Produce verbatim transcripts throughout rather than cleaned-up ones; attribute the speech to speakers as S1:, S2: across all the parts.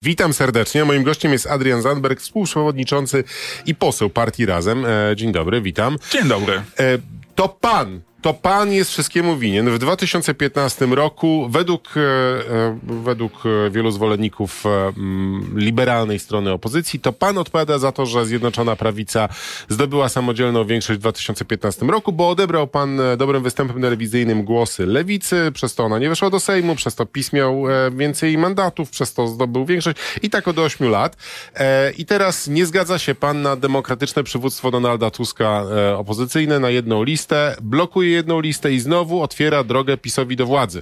S1: Witam serdecznie. Moim gościem jest Adrian Zandberg, współprzewodniczący i poseł partii Razem. E, dzień dobry, witam.
S2: Dzień dobry.
S1: E, to pan, to pan jest wszystkiemu winien. W dwa tysiące piętnastym roku według, e, według wielu zwolenników e, liberalnej strony opozycji, to pan odpowiada za to, że Zjednoczona Prawica zdobyła samodzielną większość w dwa tysiące piętnastym roku, bo odebrał pan dobrym występem telewizyjnym głosy lewicy, przez to ona nie weszła do Sejmu, przez to PiS miał e, więcej mandatów, przez to zdobył większość i tak od ośmiu lat. E, I teraz nie zgadza się pan na demokratyczne przywództwo Donalda Tuska e, opozycyjne, na jedną listę, blokuje jedną listę i znowu otwiera drogę PiS-owi do władzy.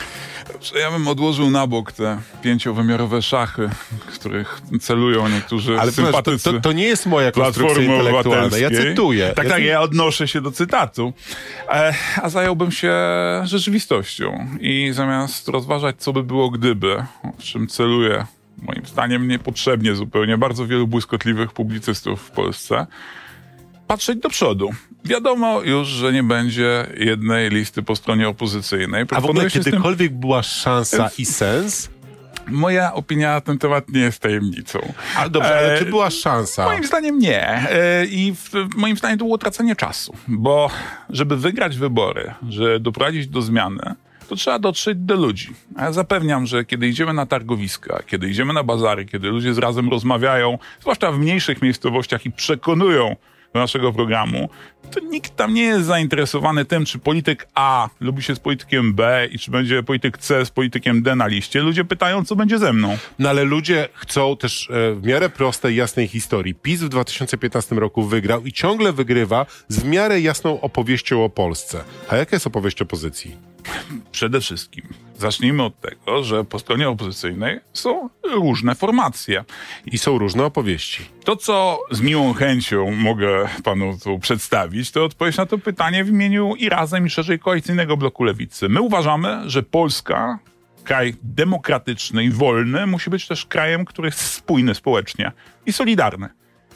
S2: Ja bym odłożył na bok te pięciowymiarowe szachy, w których celują niektórzy
S1: Ale
S2: sympatycy.
S1: To, to, to nie jest moja konstrukcja intelektualna. Ja cytuję.
S2: Tak,
S1: ja
S2: tak,
S1: ty...
S2: ja odnoszę się do cytatu. E, a zająłbym się rzeczywistością i zamiast rozważać, co by było gdyby, w czym celuje, moim zdaniem niepotrzebnie zupełnie, bardzo wielu błyskotliwych publicystów w Polsce, patrzeć do przodu. Wiadomo już, że nie będzie jednej listy po stronie opozycyjnej.
S1: A w ogóle kiedykolwiek
S2: tym...
S1: była szansa i sens?
S2: Moja opinia na ten temat nie jest tajemnicą.
S1: A dobrze, ale czy była szansa?
S2: Moim zdaniem nie. E, I w, moim zdaniem to było tracenie czasu. Bo żeby wygrać wybory, żeby doprowadzić do zmiany, to trzeba dotrzeć do ludzi. A ja zapewniam, że kiedy idziemy na targowiska, kiedy idziemy na bazary, kiedy ludzie z Razem rozmawiają, zwłaszcza w mniejszych miejscowościach i przekonują do naszego programu, to nikt tam nie jest zainteresowany tym, czy polityk A lubi się z politykiem B i czy będzie polityk C z politykiem D na liście. Ludzie pytają, co będzie ze mną.
S1: No ale ludzie chcą też e, w miarę prostej, jasnej historii. PiS w dwa tysiące piętnastym roku wygrał i ciągle wygrywa z w miarę jasną opowieścią o Polsce. A jaka jest opowieść opozycji?
S2: Przede wszystkim zacznijmy od tego, że po stronie opozycyjnej są różne formacje.
S1: I są różne opowieści.
S2: To, co z miłą chęcią mogę panu tu przedstawić, to odpowiedź na to pytanie w imieniu i Razem, i szerzej koalicyjnego bloku Lewicy. My uważamy, że Polska, kraj demokratyczny i wolny, musi być też krajem, który jest spójny społecznie i solidarny.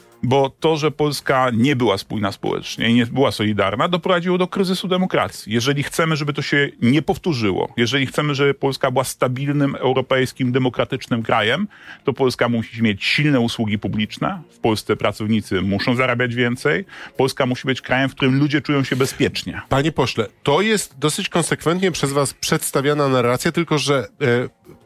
S2: Bo to, że Polska nie była spójna społecznie i nie była solidarna, doprowadziło do kryzysu demokracji. Jeżeli chcemy, żeby to się nie powtórzyło, jeżeli chcemy, żeby Polska była stabilnym, europejskim, demokratycznym krajem, to Polska musi mieć silne usługi publiczne. W Polsce pracownicy muszą zarabiać więcej. Polska musi być krajem, w którym ludzie czują się bezpiecznie.
S1: Panie pośle, to jest dosyć konsekwentnie przez was przedstawiana narracja, tylko że... E...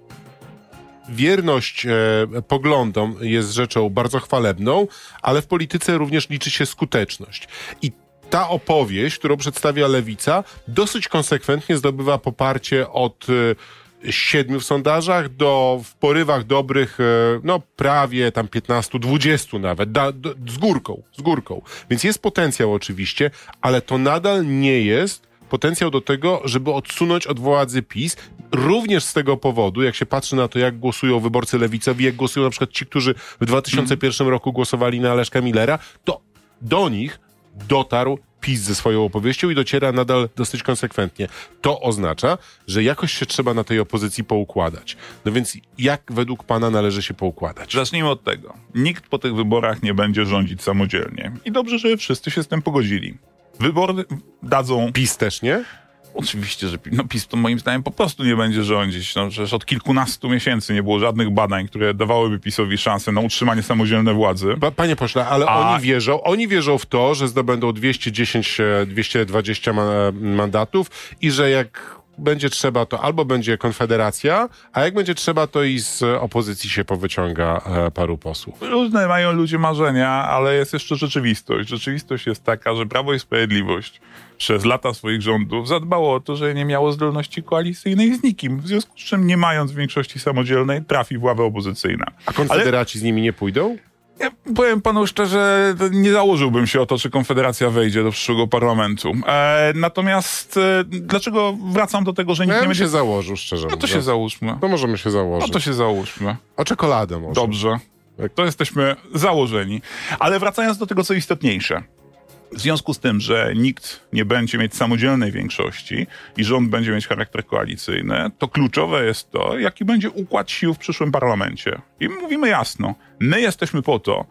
S1: Wierność e, poglądom jest rzeczą bardzo chwalebną, ale w polityce również liczy się skuteczność. I ta opowieść, którą przedstawia Lewica, dosyć konsekwentnie zdobywa poparcie od e, siedmiu w sondażach do w porywach dobrych, e, no prawie tam piętnastu, dwudziestu nawet, da, do, z górką, z górką. Więc jest potencjał oczywiście, ale to nadal nie jest potencjał do tego, żeby odsunąć od władzy PiS, również z tego powodu, jak się patrzy na to, jak głosują wyborcy lewicowi, jak głosują na przykład ci, którzy w dwa tysiące pierwszym roku głosowali na Leszka Millera, to do nich dotarł PiS ze swoją opowieścią i dociera nadal dosyć konsekwentnie. To oznacza, że jakoś się trzeba na tej opozycji poukładać. No więc jak według pana należy się poukładać?
S2: Zacznijmy od tego. Nikt po tych wyborach nie będzie rządzić samodzielnie. I dobrze, że wszyscy się z tym pogodzili. Wybory dadzą...
S1: PiS też nie?
S2: Oczywiście, że no PiS to moim zdaniem po prostu nie będzie rządzić. No, przecież od kilkunastu miesięcy nie było żadnych badań, które dawałyby PiS-owi szansę na utrzymanie samodzielnej władzy.
S1: Pa, panie pośle, ale
S2: A...
S1: oni wierzą, oni wierzą w to, że zdobędą dwieście dziesięć, dwieście dwadzieścia mandatów i że jak będzie trzeba, to albo będzie Konfederacja, a jak będzie trzeba, to i z opozycji się powyciąga e, paru posłów.
S2: Różne mają ludzie marzenia, ale jest jeszcze rzeczywistość. Rzeczywistość jest taka, że Prawo i Sprawiedliwość przez lata swoich rządów zadbało o to, że nie miało zdolności koalicyjnej z nikim. W związku z czym, nie mając większości samodzielnej, trafi w ławę opozycyjną.
S1: A konfederaci ale... z nimi nie pójdą?
S2: Ja powiem panu szczerze, nie założyłbym się o to, czy Konfederacja wejdzie do przyszłego parlamentu. E, natomiast e, dlaczego wracam do tego, że nikt
S1: ja
S2: nie będzie...
S1: się założył, szczerze
S2: No to się załóżmy.
S1: To możemy się założyć.
S2: No to się załóżmy.
S1: O czekoladę może.
S2: Dobrze. To jesteśmy założeni. Ale wracając do tego, co istotniejsze. W związku z tym, że nikt nie będzie mieć samodzielnej większości i rząd będzie mieć charakter koalicyjny, to kluczowe jest to, jaki będzie układ sił w przyszłym parlamencie. I mówimy jasno, my jesteśmy po to,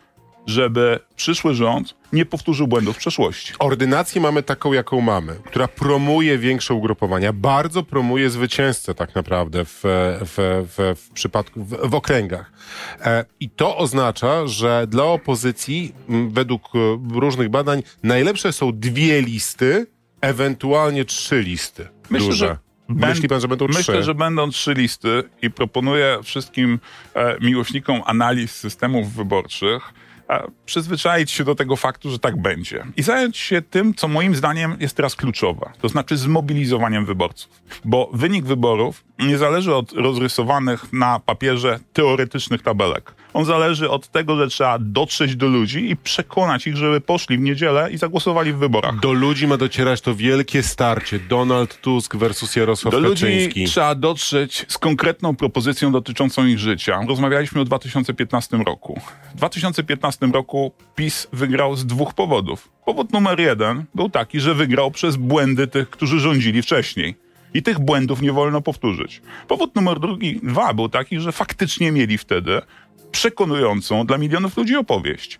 S2: żeby przyszły rząd nie powtórzył błędów przeszłości.
S1: Ordynację mamy taką, jaką mamy, która promuje większe ugrupowania, bardzo promuje zwycięzcę tak naprawdę w, w, w, w przypadku, w, w okręgach. E, I to oznacza, że dla opozycji m, według różnych badań najlepsze są dwie listy, ewentualnie trzy listy.
S2: Myślę,
S1: duże.
S2: że
S1: Myśli pan, że będą trzy?
S2: Myślę, że będą trzy listy i proponuję wszystkim e, miłośnikom analiz systemów wyborczych e, przyzwyczaić się do tego faktu, że tak będzie. I zająć się tym, co moim zdaniem jest teraz kluczowe. To znaczy zmobilizowaniem wyborców. Bo wynik wyborów nie zależy od rozrysowanych na papierze teoretycznych tabelek. On zależy od tego, że trzeba dotrzeć do ludzi i przekonać ich, żeby poszli w niedzielę i zagłosowali w wyborach.
S1: Do ludzi ma docierać to wielkie starcie. Donald Tusk versus Jarosław
S2: Do
S1: Kaczyński.
S2: ludzi trzeba dotrzeć z konkretną propozycją dotyczącą ich życia. Rozmawialiśmy o dwa tysiące piętnastym roku. W dwa tysiące piętnastym roku PiS wygrał z dwóch powodów. Powód numer jeden był taki, że wygrał przez błędy tych, którzy rządzili wcześniej. I tych błędów nie wolno powtórzyć. Powód numer drugi, dwa był taki, że faktycznie mieli wtedy przekonującą dla milionów ludzi opowieść.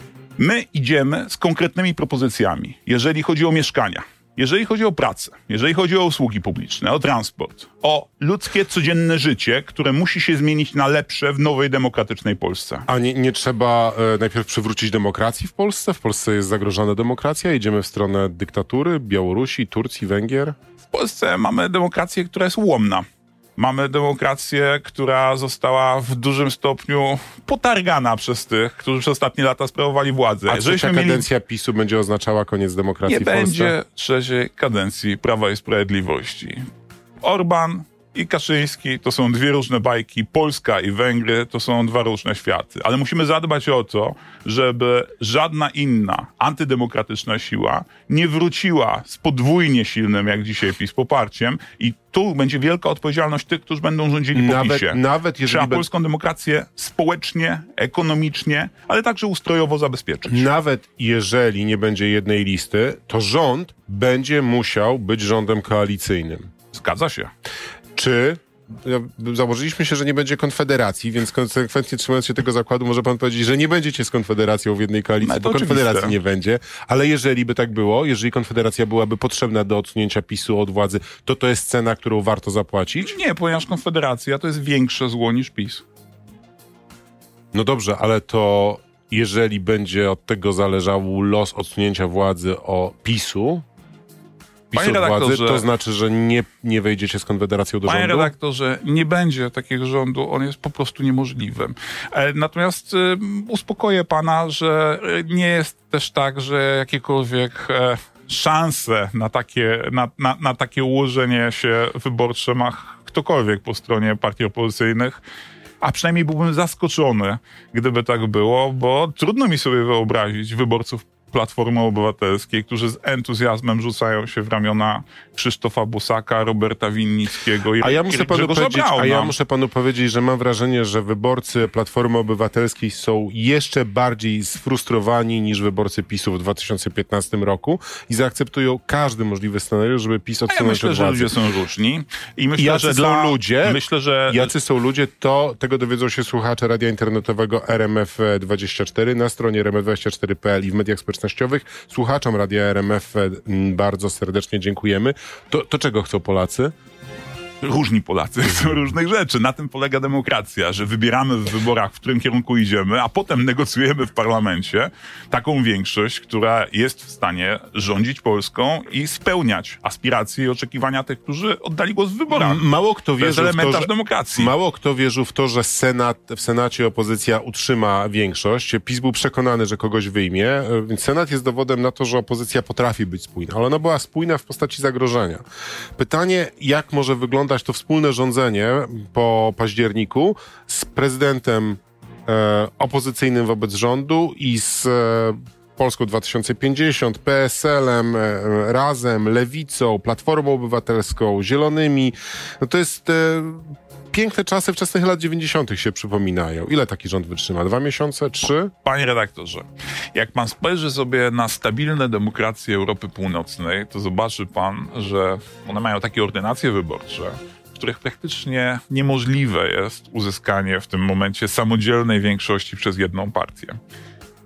S2: My idziemy z konkretnymi propozycjami, jeżeli chodzi o mieszkania, jeżeli chodzi o pracę, jeżeli chodzi o usługi publiczne, o transport, o ludzkie, codzienne życie, które musi się zmienić na lepsze w nowej, demokratycznej Polsce.
S1: A nie, nie trzeba e, najpierw przywrócić demokracji w Polsce? W Polsce jest zagrożona demokracja, idziemy w stronę dyktatury, Białorusi, Turcji, Węgier.
S2: W Polsce mamy demokrację, która jest ułomna. Mamy demokrację, która została w dużym stopniu potargana przez tych, którzy przez ostatnie lata sprawowali władzę.
S1: A trzecia
S2: mieli...
S1: kadencja PiSu będzie oznaczała koniec demokracji
S2: Nie
S1: w Polsce?
S2: będzie trzeciej kadencji Prawa i Sprawiedliwości. Orban i Kaczyński to są dwie różne bajki. Polska i Węgry to są dwa różne światy. Ale musimy zadbać o to, żeby żadna inna antydemokratyczna siła nie wróciła z podwójnie silnym, jak dzisiaj PiS, poparciem i tu będzie wielka odpowiedzialność tych, którzy będą rządzili po
S1: Nawet,
S2: PiSie.
S1: nawet jeżeli
S2: Trzeba
S1: be...
S2: polską demokrację społecznie, ekonomicznie, ale także ustrojowo zabezpieczyć.
S1: Nawet jeżeli nie będzie jednej listy, to rząd będzie musiał być rządem koalicyjnym.
S2: Zgadza się.
S1: Czy założyliśmy się, że nie będzie konfederacji, więc konsekwentnie trzymając się tego zakładu, może pan powiedzieć, że nie będziecie z konfederacją w jednej koalicji,
S2: No,
S1: bo
S2: oczywiste.
S1: konfederacji nie będzie, ale jeżeli by tak było, jeżeli konfederacja byłaby potrzebna do odsunięcia PiSu od władzy, to to jest cena, którą warto zapłacić?
S2: Nie, ponieważ Konfederacja to jest większe zło niż PiS.
S1: No dobrze, ale to jeżeli będzie od tego zależał los odsunięcia władzy o PiSu, PiSu od władzy, to znaczy, że nie, nie wejdziecie z Konfederacją do
S2: Panie
S1: rządu?
S2: Panie redaktorze, nie będzie takiego rządu, on jest po prostu niemożliwym. E, natomiast e, uspokoję pana, że nie jest też tak, że jakiekolwiek e, szanse na takie, na, na, na takie ułożenie się wyborcze ma ktokolwiek po stronie partii opozycyjnych. A przynajmniej byłbym zaskoczony, gdyby tak było, bo trudno mi sobie wyobrazić wyborców Platformy Obywatelskiej, którzy z entuzjazmem rzucają się w ramiona Krzysztofa Bosaka, Roberta Winnickiego i
S1: a ja muszę
S2: i
S1: panu powiedzieć, A ja
S2: nam.
S1: muszę panu powiedzieć, że mam wrażenie, że wyborcy Platformy Obywatelskiej są jeszcze bardziej sfrustrowani niż wyborcy PiSu w dwa tysiące piętnastym roku i zaakceptują każdy możliwy scenariusz, żeby PiS odsunąć
S2: ja myślę,
S1: od
S2: że
S1: władzy.
S2: ludzie są różni. I myślę,
S1: jacy
S2: że
S1: są
S2: dla...
S1: ludzie,
S2: myślę, że...
S1: jacy są ludzie, to tego dowiedzą się słuchacze radia internetowego R M F dwadzieścia cztery na stronie r m f dwadzieścia cztery kropka p l i w mediach społecznościowych. Słuchaczom radia R M F bardzo serdecznie dziękujemy. To, to czego chcą Polacy?
S2: Różni Polacy chcą różnych rzeczy. Na tym polega demokracja, że wybieramy w wyborach, w którym kierunku idziemy, a potem negocjujemy w parlamencie taką większość, która jest w stanie rządzić Polską i spełniać aspiracje i oczekiwania tych, którzy oddali głos w wyborach.
S1: Mało kto
S2: To jest
S1: wierzył w to,
S2: elementarz
S1: że,
S2: demokracji.
S1: mało kto wierzył w to, że Senat, w Senacie opozycja utrzyma większość. PiS był przekonany, że kogoś wyjmie, więc Senat jest dowodem na to, że opozycja potrafi być spójna. Ale ona była spójna w postaci zagrożenia. Pytanie, jak może wyglądać to wspólne rządzenie po październiku z prezydentem e, opozycyjnym wobec rządu i z e, Polską dwa tysiące pięćdziesiąt, P S L-em, e, Razem, Lewicą, Platformą Obywatelską, Zielonymi. No to jest e, piękne czasy wczesnych lat dziewięćdziesiątych się przypominają. Ile taki rząd wytrzyma? Dwa miesiące? Trzy?
S2: Panie redaktorze, jak pan spojrzy sobie na stabilne demokracje Europy Północnej, to zobaczy pan, że one mają takie ordynacje wyborcze, w których praktycznie niemożliwe jest uzyskanie w tym momencie samodzielnej większości przez jedną partię.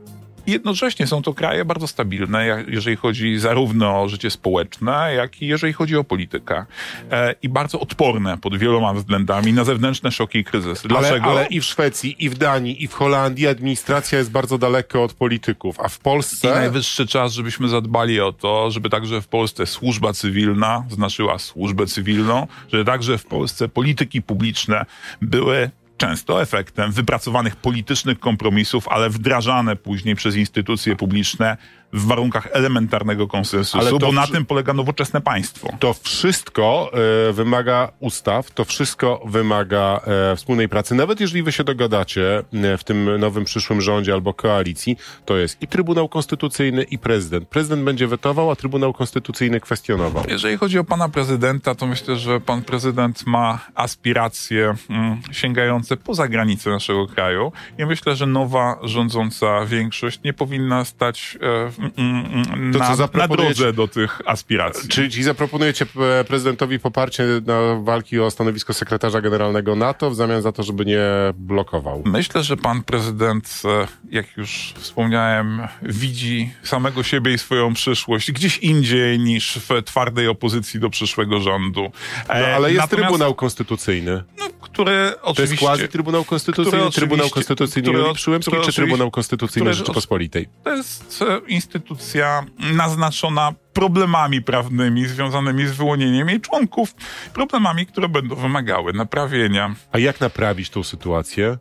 S2: I jednocześnie są to kraje bardzo stabilne, jak, jeżeli chodzi zarówno o życie społeczne, jak i jeżeli chodzi o politykę. E, I bardzo odporne pod wieloma względami na zewnętrzne szoki i kryzysy. Dlaczego?
S1: Ale, ale i w Szwecji, i w Danii, i w Holandii administracja jest bardzo daleko od polityków, a w Polsce...
S2: I najwyższy czas, żebyśmy zadbali o to, żeby także w Polsce służba cywilna znaczyła służbę cywilną, żeby także w Polsce polityki publiczne były często efektem wypracowanych politycznych kompromisów, ale wdrażane później przez instytucje publiczne w warunkach elementarnego konsensusu,
S1: Ale to
S2: bo na
S1: wszy-
S2: tym polega nowoczesne państwo.
S1: To wszystko e, wymaga ustaw, to wszystko wymaga e, wspólnej pracy. Nawet jeżeli wy się dogadacie e, w tym nowym przyszłym rządzie albo koalicji, to jest i Trybunał Konstytucyjny, i prezydent. Prezydent będzie wetował, a Trybunał Konstytucyjny kwestionował.
S2: Jeżeli chodzi o pana prezydenta, to myślę, że pan prezydent ma aspiracje mm, sięgające poza granice naszego kraju i myślę, że nowa rządząca większość nie powinna stać e, mm,
S1: To, co
S2: na, na
S1: zaproponujecie-
S2: drodze do tych aspiracji.
S1: Czyli, czyli zaproponujecie e, prezydentowi poparcie na walki o stanowisko sekretarza generalnego NATO w zamian za to, żeby nie blokował.
S2: Myślę, że pan prezydent, e, jak już wspomniałem, widzi samego siebie i swoją przyszłość gdzieś indziej niż w twardej opozycji do przyszłego rządu. E,
S1: No, ale jest
S2: natomiast-
S1: Trybunał Konstytucyjny.
S2: No, który
S1: To jest
S2: oczywiście...
S1: quasi Trybunał Konstytucyjny,
S2: który
S1: Trybunał
S2: oczywiście-
S1: Konstytucyjny
S2: który-
S1: Julii Przyłębskiej,
S2: który
S1: czy
S2: oczywiście-
S1: Trybunał Konstytucyjny
S2: który-
S1: Rzeczypospolitej?
S2: To jest e, instytucja naznaczona problemami prawnymi związanymi z wyłonieniem jej członków, problemami, które będą wymagały naprawienia.
S1: A jak naprawić tą sytuację?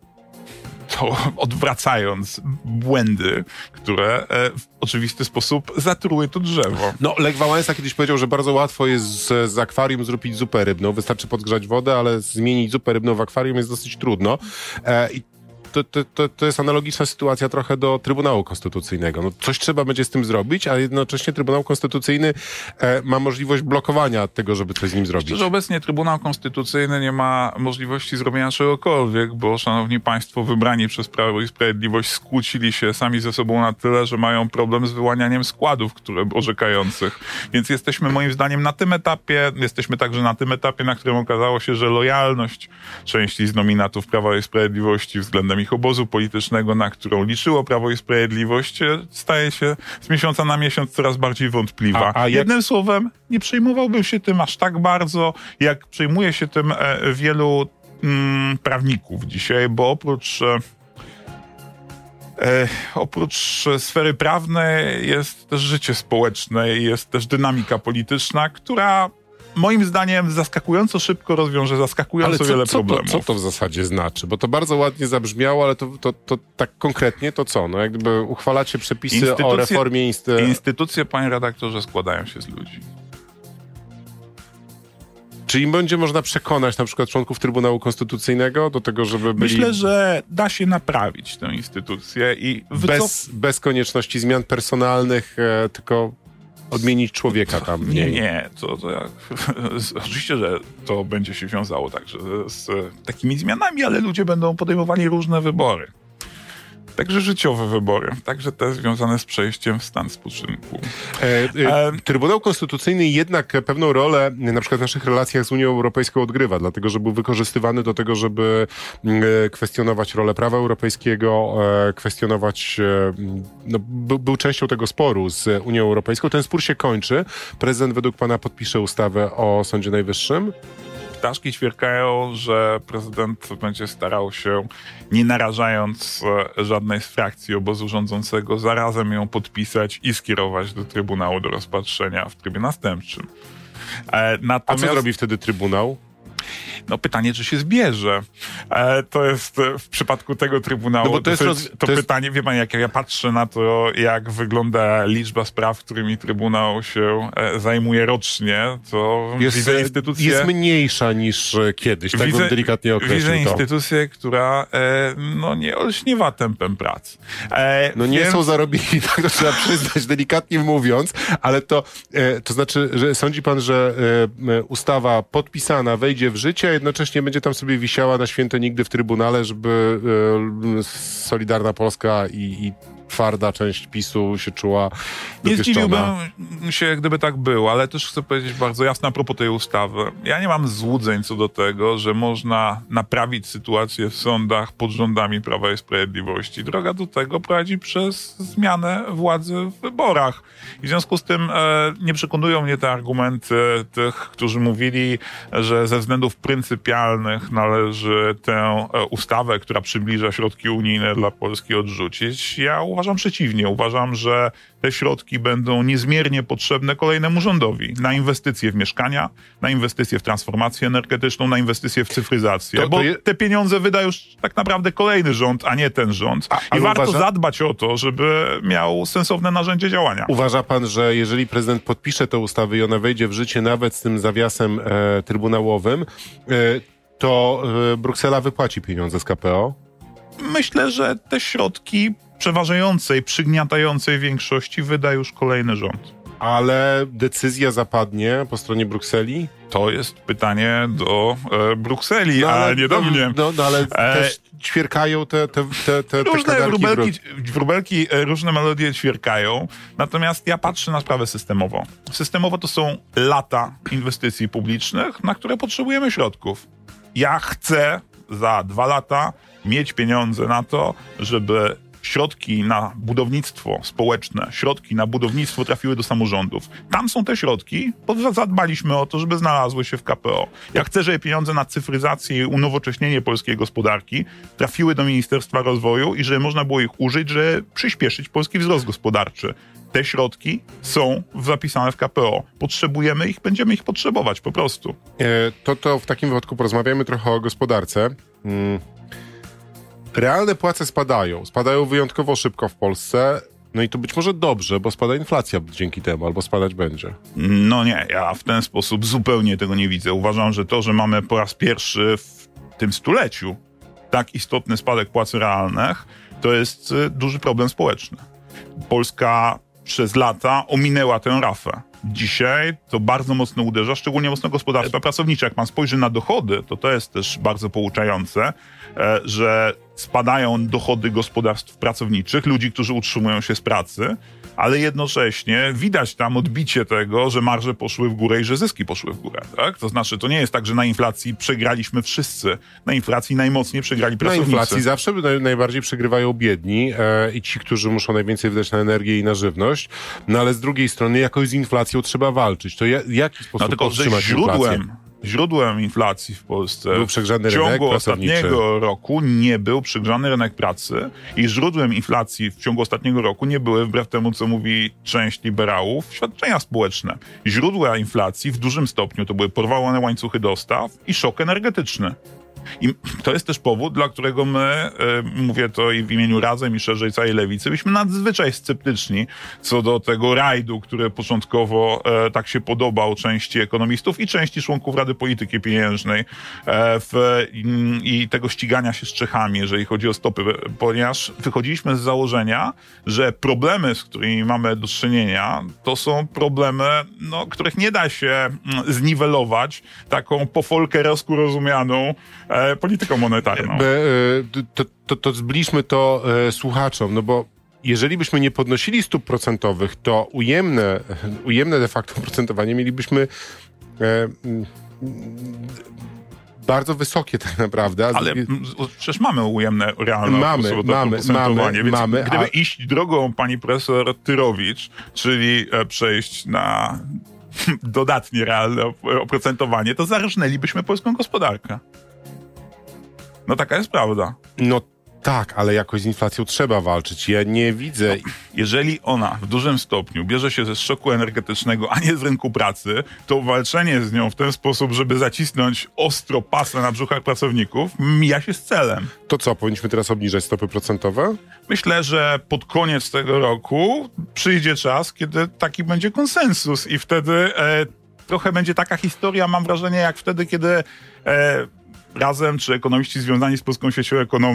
S2: To odwracając błędy, które e, w oczywisty sposób zatruły to drzewo.
S1: No, Lech Wałęsa kiedyś powiedział, że bardzo łatwo jest z, z akwarium zrobić zupę rybną. Wystarczy podgrzać wodę, ale zmienić zupę rybną w akwarium jest dosyć trudno. E, i to, to, to, to jest analogiczna sytuacja trochę do Trybunału Konstytucyjnego. No, coś trzeba będzie z tym zrobić, a jednocześnie Trybunał Konstytucyjny e, ma możliwość blokowania tego, żeby coś z nim zrobić.
S2: Myślę, że obecnie Trybunał Konstytucyjny nie ma możliwości zrobienia czegokolwiek, bo, szanowni państwo, wybrani przez Prawo i Sprawiedliwość skłócili się sami ze sobą na tyle, że mają problem z wyłanianiem składów, które orzekających. Więc jesteśmy moim zdaniem na tym etapie, jesteśmy także na tym etapie, na którym okazało się, że lojalność części z nominatów Prawa i Sprawiedliwości względem ich obozu politycznego, na którą liczyło Prawo i Sprawiedliwość, staje się z miesiąca na miesiąc coraz bardziej wątpliwa.
S1: A- a jak-
S2: Jednym słowem, nie przejmowałbym się tym aż tak bardzo, jak przejmuje się tym e, wielu mm, prawników dzisiaj, bo oprócz e, e, oprócz sfery prawnej jest też życie społeczne i jest też dynamika polityczna, która moim zdaniem zaskakująco szybko rozwiąże zaskakująco
S1: Ale co,
S2: wiele
S1: co, to,
S2: problemów.
S1: co to w zasadzie znaczy? Bo to bardzo ładnie zabrzmiało, ale to, to, to tak konkretnie to co? No jakby uchwalacie przepisy o
S2: Instytucje-
S1: reformie... Inst-
S2: Instytucje, panie redaktorze, składają się z ludzi.
S1: Czyli będzie można przekonać na przykład członków Trybunału Konstytucyjnego do tego, żeby byli
S2: Myślę, że da się naprawić tę instytucję i wycof-
S1: bez, bez konieczności zmian personalnych, e, tylko odmienić człowieka tam w
S2: Nie,
S1: niej.
S2: nie, to, to jak, oczywiście, że to będzie się wiązało także z takimi zmianami, ale ludzie będą podejmowali różne wybory. Także życiowe wybory, także te związane z przejściem w stan spoczynku.
S1: E, e, Trybunał Konstytucyjny jednak pewną rolę na przykład w naszych relacjach z Unią Europejską odgrywa, dlatego że był wykorzystywany do tego, żeby e, kwestionować rolę prawa europejskiego, e, kwestionować, e, no, był, był częścią tego sporu z Unią Europejską. Ten spór się kończy. Prezydent według pana podpisze ustawę o Sądzie Najwyższym.
S2: Ptaszki ćwierkają, że prezydent będzie starał się, nie narażając e, żadnej z frakcji obozu rządzącego, zarazem ją podpisać i skierować do Trybunału do rozpatrzenia w trybie następczym. E,
S1: A
S2: natomiast,
S1: co zrobi wtedy Trybunał?
S2: No pytanie, czy się zbierze. E, to jest e, w przypadku tego Trybunału,
S1: No bo to jest
S2: dosyć-
S1: roz-
S2: to
S1: to jest-
S2: pytanie, wie pan, jak ja patrzę na to, jak wygląda liczba spraw, którymi Trybunał się e, zajmuje rocznie, to
S1: Jest,
S2: widzę instytucję...
S1: jest mniejsza niż e, kiedyś, tak bym delikatnie określił
S2: Widzę
S1: to.
S2: instytucję, która e, no, nie olśniewa tempem pracy. E,
S1: No nie
S2: więc-
S1: są zarobieni, tak to trzeba przyznać, delikatnie mówiąc, ale to, e, to znaczy, że sądzi pan, że e, e, ustawa podpisana wejdzie w życie, a jednocześnie będzie tam sobie wisiała na święte nigdy w Trybunale, żeby e, Solidarna Polska i, i twarda część PiSu się czuła
S2: Nie
S1: dopieszczona.
S2: zdziwiłbym się, gdyby tak było, ale też chcę powiedzieć bardzo jasno a propos tej ustawy. Ja nie mam złudzeń co do tego, że można naprawić sytuację w sądach pod rządami Prawa i Sprawiedliwości. Droga do tego prowadzi przez zmianę władzy w wyborach. I w związku z tym e, nie przekonują mnie te argumenty tych, którzy mówili, że ze względów pryncypialnych należy tę e, ustawę, która przybliża środki unijne dla Polski, odrzucić. Ja uważam przeciwnie. Uważam, że te środki będą niezmiernie potrzebne kolejnemu rządowi na inwestycje w mieszkania, na inwestycje w transformację energetyczną, na inwestycje w cyfryzację.
S1: To, to
S2: bo
S1: je...
S2: te pieniądze wyda już tak naprawdę kolejny rząd, a nie ten rząd. A, I warto
S1: uważa...
S2: zadbać o to, żeby miał sensowne narzędzie działania.
S1: Uważa pan, że jeżeli prezydent podpisze tę ustawę i ona wejdzie w życie nawet z tym zawiasem e, trybunałowym, e, to e, Bruksela wypłaci pieniądze z K P O?
S2: Myślę, że te środki przeważającej, przygniatającej większości wyda już kolejny rząd.
S1: Ale decyzja zapadnie po stronie Brukseli?
S2: To jest pytanie do e, Brukseli, no, ale, a nie do
S1: no,
S2: mnie.
S1: No, no ale e... też ćwierkają te, te, te, te,
S2: różne
S1: te
S2: wróbelki, wróbelki, różne melodie ćwierkają. Natomiast ja patrzę na sprawę systemowo. Systemowo to są lata inwestycji publicznych, na które potrzebujemy środków. Ja chcę za dwa lata mieć pieniądze na to, żeby środki na budownictwo społeczne, środki na budownictwo trafiły do samorządów. Tam są te środki, bo zadbaliśmy o to, żeby znalazły się w K P O. Ja chcę, żeby pieniądze na cyfryzację i unowocześnienie polskiej gospodarki trafiły do Ministerstwa Rozwoju i żeby można było ich użyć, żeby przyspieszyć polski wzrost gospodarczy. Te środki są zapisane w K P O. Potrzebujemy ich, będziemy ich potrzebować po prostu.
S1: E, to, to w takim wypadku porozmawiamy trochę o gospodarce. Hmm. Realne płace spadają. Spadają wyjątkowo szybko w Polsce. No i to być może dobrze, bo spada inflacja dzięki temu, albo spadać będzie.
S2: No nie, ja w ten sposób zupełnie tego nie widzę. Uważam, że to, że mamy po raz pierwszy w tym stuleciu tak istotny spadek płac realnych, to jest duży problem społeczny. Polska przez lata ominęła tę rafę. Dzisiaj to bardzo mocno uderza, szczególnie mocno gospodarstwa pracownicze. Jak pan spojrzy na dochody, to to jest też bardzo pouczające, że spadają dochody gospodarstw pracowniczych, ludzi, którzy utrzymują się z pracy, ale jednocześnie widać tam odbicie tego, że marże poszły w górę i że zyski poszły w górę. Tak? To znaczy, to nie jest tak, że na inflacji przegraliśmy wszyscy. Na inflacji najmocniej przegrali pracownicy.
S1: Na inflacji zawsze naj, najbardziej przegrywają biedni e, i ci, którzy muszą najwięcej wydać na energię i na żywność. No ale z drugiej strony jakoś z inflacją trzeba walczyć. To ja, w jaki sposób
S2: no, tylko,
S1: powstrzymać
S2: źródłem,
S1: inflację?
S2: Źródłem inflacji w Polsce
S1: był przegrzany
S2: w ciągu
S1: rynek
S2: ostatniego roku nie był przegrzany rynek pracy i źródłem inflacji w ciągu ostatniego roku nie były, wbrew temu, co mówi część liberałów, świadczenia społeczne. Źródła inflacji w dużym stopniu to były porwane łańcuchy dostaw i szok energetyczny. I to jest też powód, dla którego my, y, mówię to i w imieniu Razem i szerzej całej lewicy, byliśmy nadzwyczaj sceptyczni co do tego rajdu, który początkowo e, tak się podobał części ekonomistów i części członków Rady Polityki Pieniężnej e, w, i, i tego ścigania się z Czechami, jeżeli chodzi o stopy, ponieważ wychodziliśmy z założenia, że problemy, z którymi mamy do czynienia, to są problemy, no, których nie da się mm, zniwelować taką po folkerowsku rozumianą e, polityką monetarną.
S1: Be, to, to, to zbliżmy to e, słuchaczom, no bo jeżeli byśmy nie podnosili stóp procentowych, to ujemne, ujemne de facto procentowanie mielibyśmy e, bardzo wysokie tak naprawdę.
S2: Ale przecież mamy ujemne realne
S1: mamy, mamy, mamy,
S2: więc
S1: mamy,
S2: gdyby
S1: a...
S2: iść drogą pani profesor Tyrowicz, czyli przejść na dodatnie realne oprocentowanie, to zarżnęlibyśmy polską gospodarkę. No taka jest prawda.
S1: No tak, ale jakoś z inflacją trzeba walczyć. Ja nie widzę...
S2: No, jeżeli ona w dużym stopniu bierze się ze szoku energetycznego, a nie z rynku pracy, to walczenie z nią w ten sposób, żeby zacisnąć ostro pasę na brzuchach pracowników, mija się z celem.
S1: To co, powinniśmy teraz obniżać stopy procentowe?
S2: Myślę, że pod koniec tego roku przyjdzie czas, kiedy taki będzie konsensus i wtedy e, trochę będzie taka historia, mam wrażenie, jak wtedy, kiedy... E, Razem, czy ekonomiści związani z Polską Siecią Ekonomii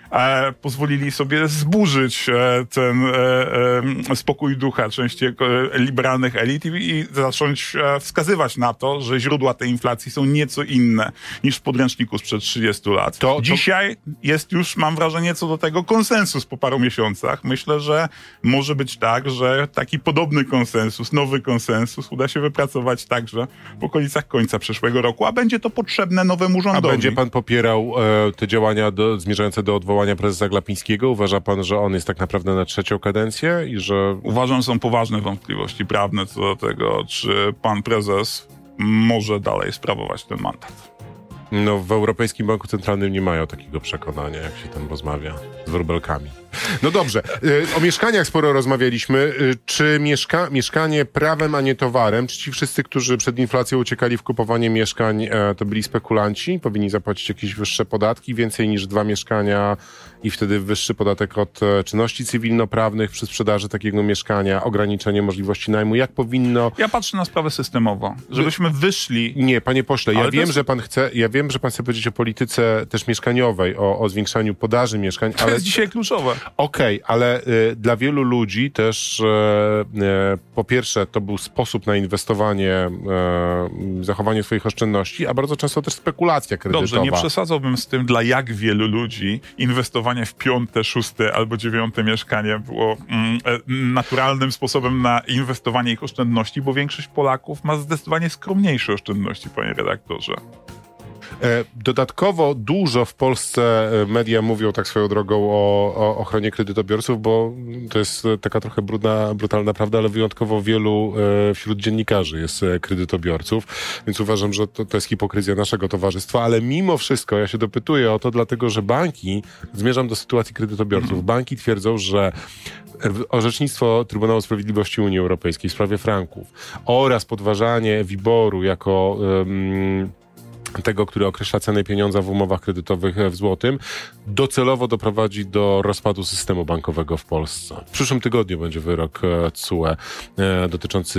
S2: e, pozwolili sobie zburzyć e, ten e, e, spokój ducha części e, liberalnych elit i, i zacząć e, wskazywać na to, że źródła tej inflacji są nieco inne niż w podręczniku sprzed trzydziestu lat. To, to... Dzisiaj jest już, mam wrażenie, co do tego konsensus po paru miesiącach. Myślę, że może być tak, że taki podobny konsensus, nowy konsensus uda się wypracować także w okolicach końca przyszłego roku, a będzie to potrzebne nowemu rządowi.
S1: A będzie pan popierał e, te działania do, zmierzające do odwołania prezesa Glapińskiego? Uważa pan, że on jest tak naprawdę na trzecią kadencję i że...
S2: Uważam, że są poważne wątpliwości prawne co do tego, czy pan prezes może dalej sprawować ten mandat.
S1: No, w Europejskim Banku Centralnym nie mają takiego przekonania, jak się tam rozmawia z wróbelkami. No dobrze, o mieszkaniach sporo rozmawialiśmy. Czy mieszka mieszkanie prawem, a nie towarem? Czy ci wszyscy, którzy przed inflacją uciekali w kupowanie mieszkań, to byli spekulanci? Powinni zapłacić jakieś wyższe podatki, więcej niż dwa mieszkania i wtedy wyższy podatek od czynności cywilnoprawnych przy sprzedaży takiego mieszkania, ograniczenie możliwości najmu. Jak powinno...
S2: Ja patrzę na sprawę systemowo, żebyśmy wyszli...
S1: Nie, panie pośle, ja
S2: Ale
S1: wiem,
S2: jest...
S1: że pan chce, ja wiem, że pan chce powiedzieć o polityce też mieszkaniowej, o, o zwiększaniu podaży mieszkań, ale...
S2: To jest dzisiaj kluczowe.
S1: Okej, okay, ale y, dla wielu ludzi też y, y, po pierwsze to był sposób na inwestowanie, y, zachowanie swoich oszczędności, a bardzo często też spekulacja kredytowa.
S2: Dobrze, nie przesadzałbym z tym, dla jak wielu ludzi inwestowanie w piąte, szóste albo dziewiąte mieszkanie było mm, naturalnym sposobem na inwestowanie ich oszczędności, bo większość Polaków ma zdecydowanie skromniejsze oszczędności, panie redaktorze.
S1: Dodatkowo dużo w Polsce media mówią tak swoją drogą o, o ochronie kredytobiorców, bo to jest taka trochę brudna, brutalna prawda, ale wyjątkowo wielu wśród dziennikarzy jest kredytobiorców, więc uważam, że to, to jest hipokryzja naszego towarzystwa, ale mimo wszystko ja się dopytuję o to, dlatego że banki, zmierzam do sytuacji kredytobiorców, banki twierdzą, że orzecznictwo Trybunału Sprawiedliwości Unii Europejskiej w sprawie franków oraz podważanie WIBOR-u jako um, tego, który określa cenę pieniądza w umowach kredytowych w złotym, docelowo doprowadzi do rozpadu systemu bankowego w Polsce. W przyszłym tygodniu będzie wyrok T S U E e, dotyczący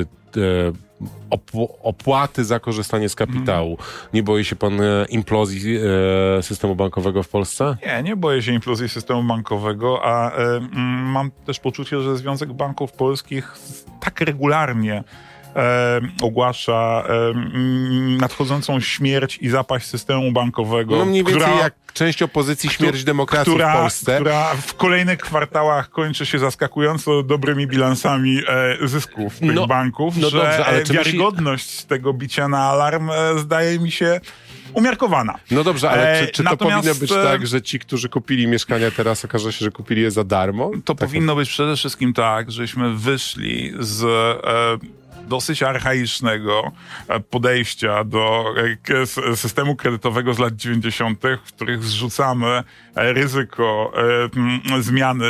S1: e, op- opłaty za korzystanie z kapitału. Nie boi się pan e, implozji e, systemu bankowego w Polsce?
S2: Nie, nie boję się implozji systemu bankowego, a e, m, mam też poczucie, że Związek Banków Polskich tak regularnie E, ogłasza e, nadchodzącą śmierć i zapaść systemu bankowego.
S1: No mniej więcej
S2: która,
S1: jak część opozycji śmierć demokracji
S2: która,
S1: w Polsce.
S2: Która w kolejnych kwartałach kończy się zaskakująco dobrymi bilansami e, zysków tych
S1: no,
S2: banków,
S1: no
S2: że
S1: dobrze, ale
S2: wiarygodność myśli... tego bicia na alarm e, zdaje mi się umiarkowana.
S1: No dobrze, ale czy, czy to
S2: Natomiast,
S1: powinno być tak, że ci, którzy kupili mieszkania teraz, okaże się, że kupili je za darmo?
S2: To
S1: tak
S2: powinno jak... być przede wszystkim tak, żeśmy wyszli z e, dosyć archaicznego podejścia do systemu kredytowego z lat dziewięćdziesiątych, w których zrzucamy ryzyko e, zmiany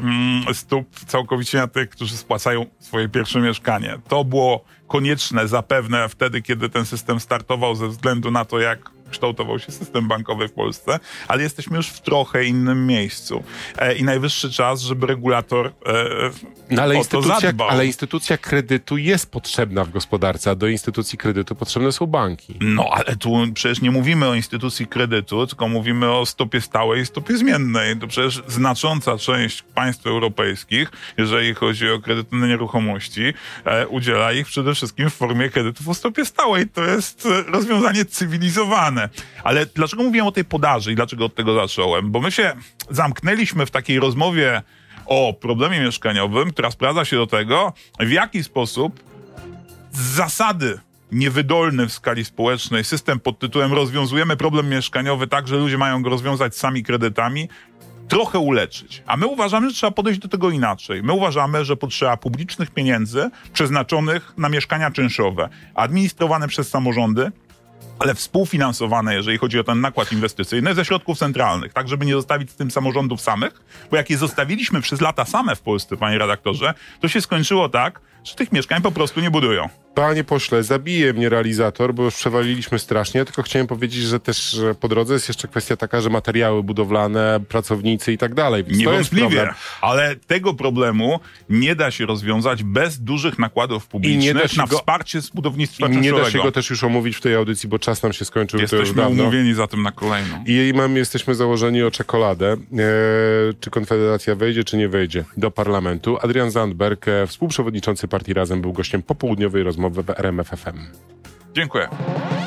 S2: e, stóp całkowicie na tych, którzy spłacają swoje pierwsze mieszkanie. To było konieczne zapewne wtedy, kiedy ten system startował ze względu na to, jak kształtował się system bankowy w Polsce, ale jesteśmy już w trochę innym miejscu. E, I najwyższy czas, żeby regulator e,
S1: no, ale
S2: o
S1: instytucja,
S2: to zadbał.
S1: Ale instytucja kredytu jest potrzebna w gospodarce, a do instytucji kredytu potrzebne są banki.
S2: No, ale tu przecież nie mówimy o instytucji kredytu, tylko mówimy o stopie stałej i stopie zmiennej. To przecież znacząca część państw europejskich, jeżeli chodzi o kredyty na nieruchomości, e, udziela ich przede wszystkim w formie kredytów o stopie stałej. To jest rozwiązanie cywilizowane. Ale dlaczego mówiłem o tej podaży i dlaczego od tego zacząłem? Bo my się zamknęliśmy w takiej rozmowie o problemie mieszkaniowym, która sprowadza się do tego, w jaki sposób z zasady niewydolny w skali społecznej system pod tytułem rozwiązujemy problem mieszkaniowy tak, że ludzie mają go rozwiązać sami kredytami, trochę uleczyć. A my uważamy, że trzeba podejść do tego inaczej. My uważamy, że potrzeba publicznych pieniędzy przeznaczonych na mieszkania czynszowe, administrowane przez samorządy, ale współfinansowane, jeżeli chodzi o ten nakład inwestycyjny, ze środków centralnych, tak żeby nie zostawić z tym samorządów samych, bo jak je zostawiliśmy przez lata same w Polsce, panie redaktorze, to się skończyło tak, że tych mieszkań po prostu nie budują.
S1: Panie pośle, zabije mnie realizator, bo już przewaliliśmy strasznie, tylko chciałem powiedzieć, że też że po drodze jest jeszcze kwestia taka, że materiały budowlane, pracownicy i tak dalej. Więc
S2: Niewątpliwie,
S1: to jest problem.
S2: ale tego problemu nie da się rozwiązać bez dużych nakładów publicznych na
S1: go,
S2: wsparcie z budownictwa
S1: czynszowego.
S2: czynszowego.
S1: Nie da się go też już omówić w tej audycji, bo czas nam się skończył.
S2: Jesteśmy
S1: to już dawno.
S2: umówieni zatem na kolejną.
S1: I mam, jesteśmy założeni o czekoladę. E, czy Konfederacja wejdzie, czy nie wejdzie do parlamentu? Adrian Zandberg, e, współprzewodniczący partii Razem, był gościem popołudniowej rozmowy w R M F F M.
S2: Dziękuję.